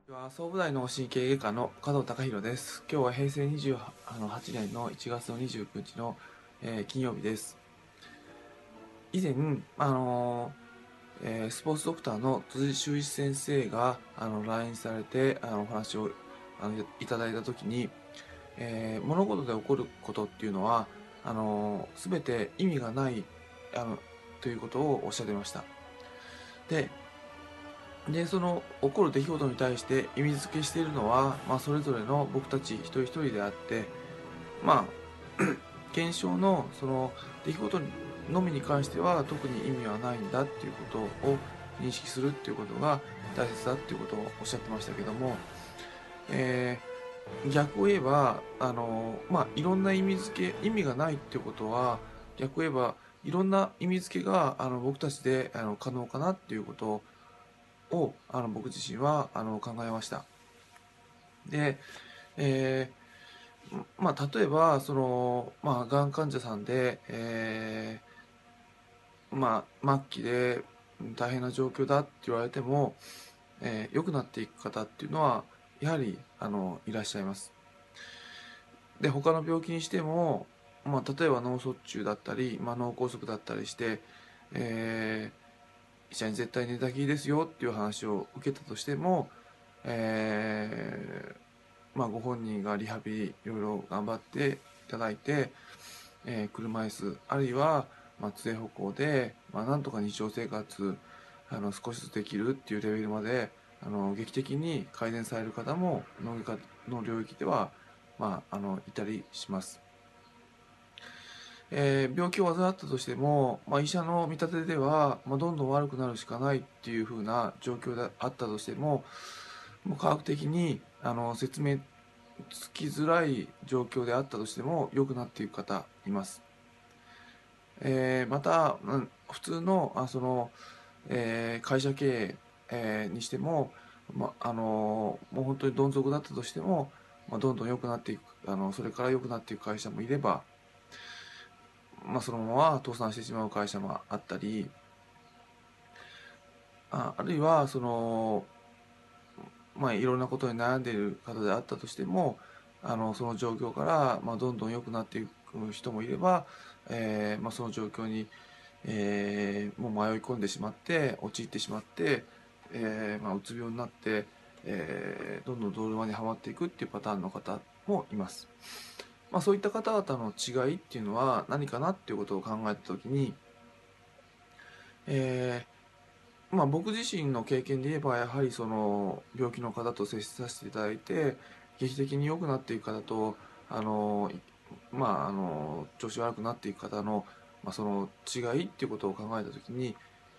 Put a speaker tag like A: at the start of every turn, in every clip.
A: は総武大脳神経外科の加藤隆弘です。今日は平成28年の1月の29日の、金曜日です。以前、スポーツドクターの辻修一先生が来院されてお話をいただいたときに、物事で起こることっていうのは全て意味がないということをおっしゃっていました。で、その起こる出来事に対して意味付けしているのは、それぞれの僕たち一人一人であって、まあ、現象のその出来事のみに関しては特に意味はないんだっていうことを認識するっていうことが大切だっていうことをおっしゃってましたけども、え逆を言えばいろんな意味がないっていうことは、逆を言えばいろんな意味付けが僕たちで可能かなっていうことを僕自身は考えました。で、え例えばがん患者さんで、末期で大変な状況だって言われても、良くなっていく方っていうのはやはりいらっしゃいます。で、他の病気にしても、例えば脳卒中だったり、脳梗塞だったりして、え医者に絶対寝たきりですよっていう話を受けたとしても、ご本人がリハビリいろいろ頑張っていただいて、車椅子あるいは、杖歩行で、なんとか日常生活少しずつできるっていうレベルまで劇的に改善される方も脳外科の領域では、いたりします。病気を患ったとしても、医者の見立てでは、どんどん悪くなるしかないっていう風な状況であったとしても、もう科学的に説明つきづらい状況であったとしても良くなっていく方います。また、普通の会社経営、にしても、もう本当にどん底だったとしても、どんどん良くなっていくそれから良くなっていく会社もいれば、そのまま倒産してしまう会社もあったり、あるいはいろんなことに悩んでいる方であったとしてもその状況から、どんどん良くなっていく人もいれば、その状況に、もう迷い込んでしまって陥ってしまって、うつ病になって、どんどん泥沼にはまっていくっていうパターンの方もいます。そういった方々の違いっていうのは何かなっていうことを考えた時に、え僕自身の経験で言えばやはりその病気の方と接しさせていただいて劇的に良くなっていく方と調子悪くなっていく方の、その違いっていうことを考えた時に、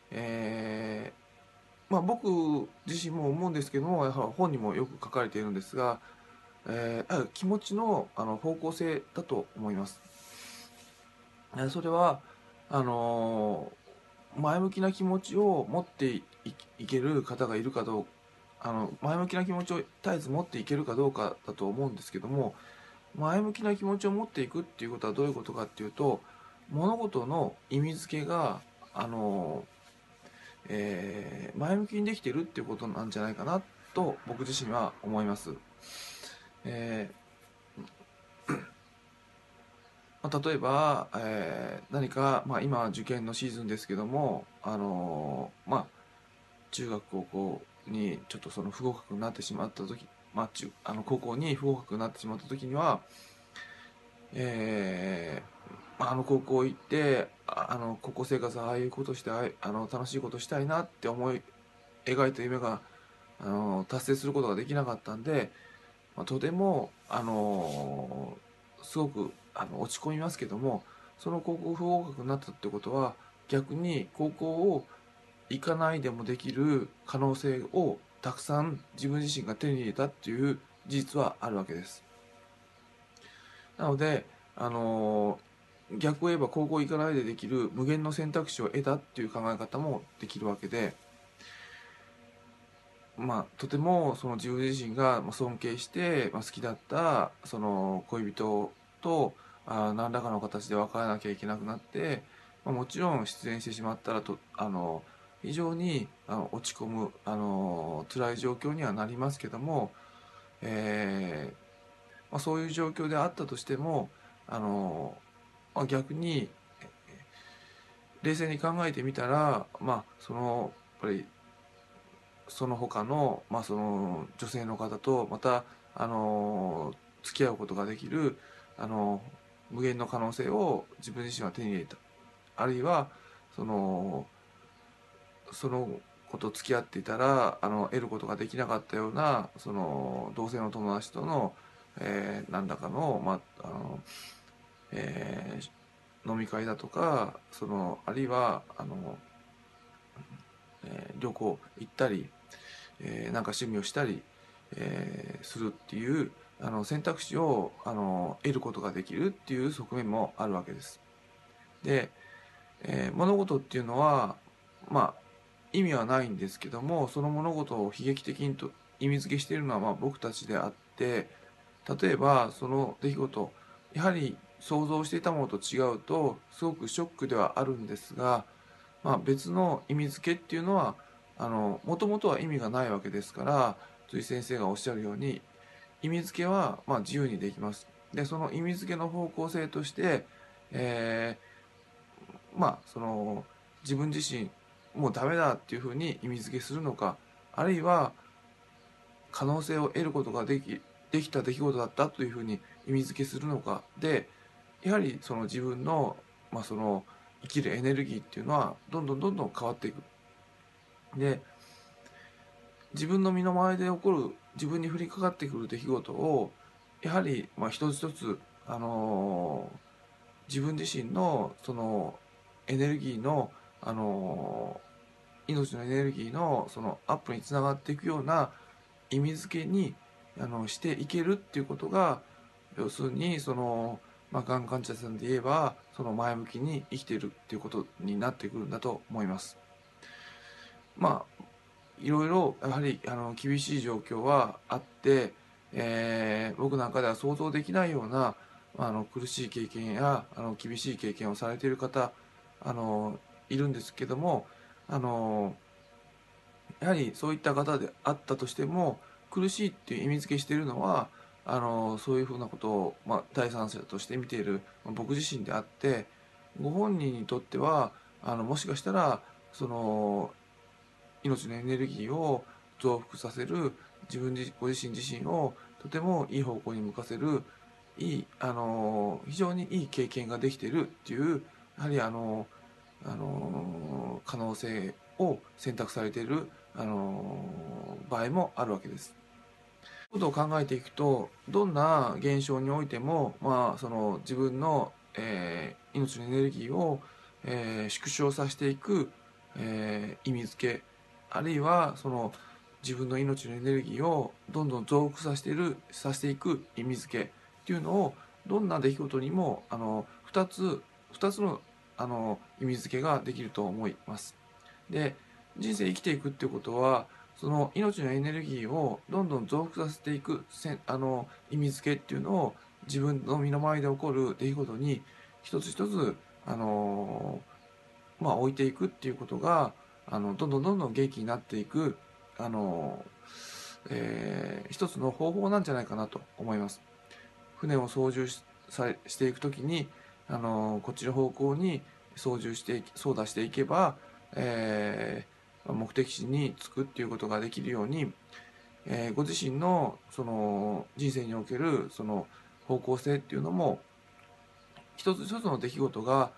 A: 僕自身も思うんですけども、やはり本にもよく書かれているんですが、やはり気持ちの方向性だと思います。それはあの前向きな気持ちを持っていける方がいるかどうか、前向きな気持ちを絶えず持っていけるかどうかだと思うんですけども、前向きな気持ちを持っていくっていうことはどういうことかっていうと、物事の意味付けがあの、前向きにできているっていうことなんじゃないかなと僕自身は思います。え例えば、何か、今は受験のシーズンですけども、中学高校にちょっとその不合格になってしまった時、高校に不合格になってしまった時には、あの高校行って高校生活ああいうことして楽しいことしたいなって思い描いた夢が達成することができなかったんで、とてもすごく落ち込みますけども、その高校不合格になったってことは逆に高校を行かないでもできる可能性をたくさん自分自身が手に入れたっていう事実はあるわけです。なので、あの逆を言えば高校行かないでできる無限の選択肢を得たっていう考え方もできるわけで、とてもその自分自身が尊敬して、好きだったその恋人と何らかの形で別れなきゃいけなくなって、もちろん失恋してしまったらと非常に落ち込む辛い状況にはなりますけども、そういう状況であったとしても逆に冷静に考えてみたら、やっぱりその他の、その女性の方とまた付き合うことができるあの無限の可能性を自分自身は手に入れた。あるいはそのその子と付き合っていたら得ることができなかったようなその同性の友達との、何らかの、えー飲み会だとかあるいは旅行行ったり、なんか趣味をしたり、するっていう選択肢を得ることができるっていう側面もあるわけです。で、物事っていうのは意味はないんですけども、その物事を悲劇的にと意味付けしているのは僕たちであって、例えばその出来事、やはり想像していたものと違うとすごくショックではあるんですが、別の意味付けっていうのはもともとは意味がないわけですから、辻先生がおっしゃるように意味付けは自由にできます。でその意味付けの方向性として、えその自分自身もうダメだっていうふうに意味付けするのか、あるいは可能性を得ることができた出来事だったというふうに意味付けするのかで、やはりその自分の、その生きるエネルギーっていうのはどんどんどんどん変わっていく。で自分の身の回りで起こる自分に降りかかってくる出来事をやはり一つ一つ、自分自身のそのエネルギーの、命のエネルギーのそのアップにつながっていくような意味付けにしていけるっていうことが、要するにがん患者さんで言えばその前向きに生きているっていうことになってくるんだと思います。いろいろやはり厳しい状況はあって、僕なんかでは想像できないような苦しい経験や厳しい経験をされている方いるんですけども、あのやはりそういった方であったとしても、苦しいっていう意味付けしているのはそういうふうなことを、第三者として見ている僕自身であって、ご本人にとってはもしかしたらその命のエネルギーを増幅させる、ご自身自身をとてもいい方向に向かせる非常にいい経験ができているっていう、やはり可能性を選択されている場合もあるわけです。ことを考えていくと、どんな現象においても、その自分の、命のエネルギーを、縮小させていく、意味付け、あるいはその自分の命のエネルギーをどんどん増幅させていく意味付けっていうのを、どんな出来事にも2つの意味付けができると思います。で、人生生きていくっていうことは、その命のエネルギーをどんどん増幅させていく意味付けっていうのを、自分の身の回りで起こる出来事に一つ一つ置いていくっていうことがどんどんどんどん元気になっていくあの、一つの方法なんじゃないかなと思います。船を操縦していくときにこっちの方向に操舵していけば、目的地に着くっていうことができるように、ご自身のその人生におけるその方向性っていうのも、一つ一つの出来事が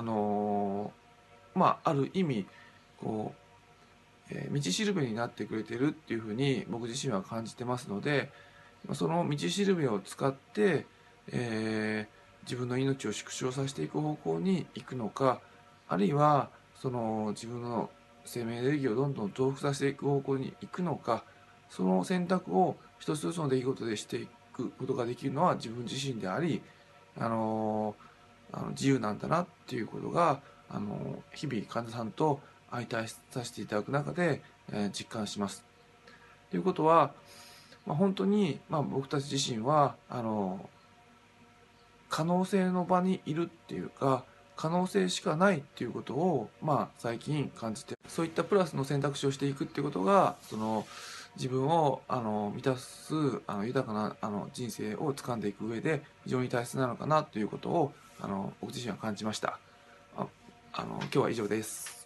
A: ある意味こ道しるべになってくれてるっていうふうに僕自身は感じてますので、その道しるべを使って、自分の命を縮小させていく方向に行くのか、あるいはその自分の生命エネルギーをどんどん増幅させていく方向に行くのか、その選択を一つ一つの出来事でしていくことができるのは自分自身であり、あの自由なんだなっていうことが日々患者さんと相対させていただく中で、実感します。ということは、本当に、僕たち自身は可能性の場にいるっていうか、 可能性しかないっていうことを、最近感じて、そういったプラスの選択肢をしていくっていうことが自分を満たす豊かな人生を掴んでいく上で非常に大切なのかなということを僕自身は感じました。今日は以上です。